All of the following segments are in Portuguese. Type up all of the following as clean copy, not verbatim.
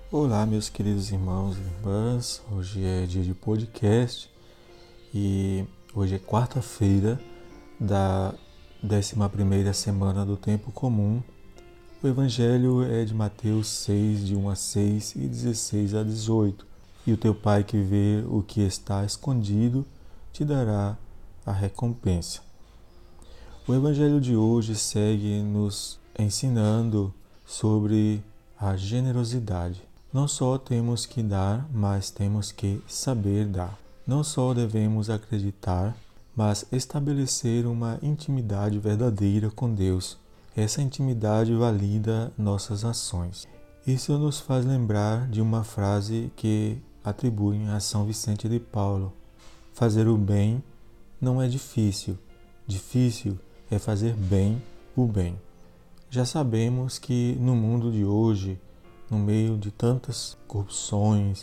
Olá, meus queridos irmãos e irmãs. Hoje é dia de podcast e hoje é quarta-feira da 11ª semana do Tempo Comum. O Evangelho é de Mateus 6, de 1 a 6 e 16 a 18. E o teu Pai que vê o que está escondido te dará a recompensa. O Evangelho de hoje segue nos ensinando sobre a generosidade. Não só temos que dar, mas temos que saber dar. Não só devemos acreditar, mas estabelecer uma intimidade verdadeira com Deus. Essa intimidade valida nossas ações. Isso nos faz lembrar de uma frase que atribuem a São Vicente de Paulo: fazer o bem não é difícil, difícil é fazer bem o bem. Já sabemos que no mundo de hoje, no meio de tantas corrupções,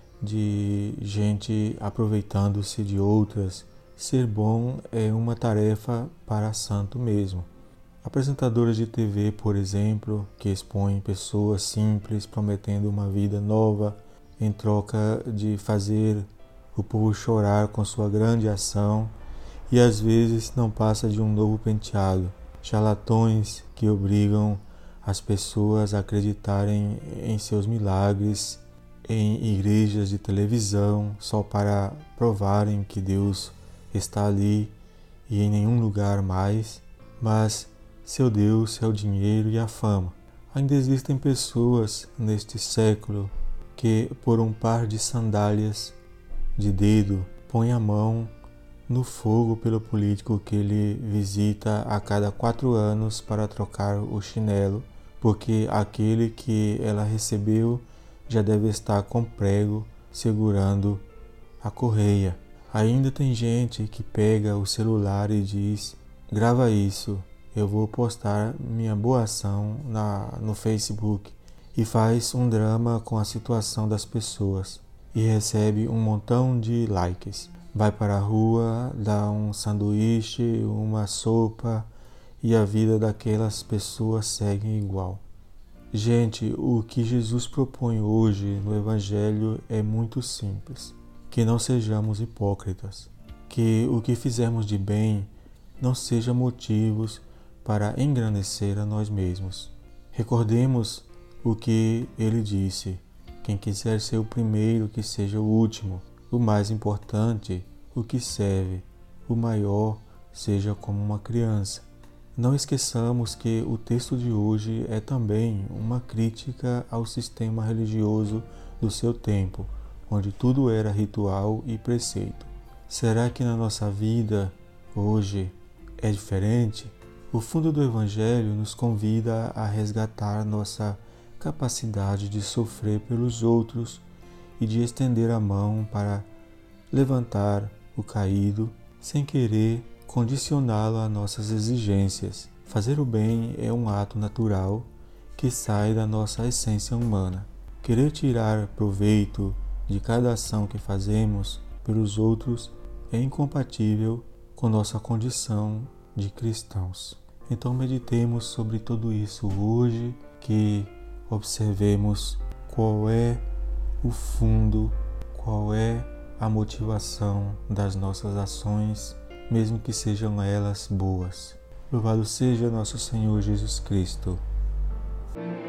de gente aproveitando-se de outras, ser bom é uma tarefa para santo mesmo. Apresentadoras de TV, por exemplo, que expõem pessoas simples prometendo uma vida nova em troca de fazer o povo chorar com sua grande ação e às vezes não passa de um novo penteado. Charlatões que obrigam as pessoas a acreditarem em seus milagres, em igrejas de televisão, só para provarem que Deus está ali e em nenhum lugar mais, mas seu Deus é o dinheiro e a fama. Ainda existem pessoas neste século que, por um par de sandálias de dedo, põem a mão no fogo pelo político que ele visita a cada 4 anos para trocar o chinelo, porque aquele que ela recebeu já deve estar com prego segurando a correia. Ainda tem gente que pega o celular e diz: grava isso, eu vou postar minha boa ação no Facebook, e faz um drama com a situação das pessoas e recebe um montão de likes. Vai para a rua, dá um sanduíche, uma sopa e a vida daquelas pessoas segue igual. Gente, o que Jesus propõe hoje no Evangelho é muito simples. Que não sejamos hipócritas. Que o que fizermos de bem não seja motivos para engrandecer a nós mesmos. Recordemos o que ele disse: quem quiser ser o primeiro, que seja o último. O mais importante, o que serve, o maior, seja como uma criança. Não esqueçamos que o texto de hoje é também uma crítica ao sistema religioso do seu tempo, onde tudo era ritual e preceito. Será que na nossa vida, hoje, é diferente? O fundo do Evangelho nos convida a resgatar nossa capacidade de sofrer pelos outros e de estender a mão para levantar o caído sem querer condicioná-lo a nossas exigências. Fazer o bem é um ato natural que sai da nossa essência humana. Querer tirar proveito de cada ação que fazemos pelos outros é incompatível com nossa condição de cristãos. Então meditemos sobre tudo isso hoje, que observemos qual é o fundo, qual é a motivação das nossas ações, mesmo que sejam elas boas. Louvado seja nosso Senhor Jesus Cristo.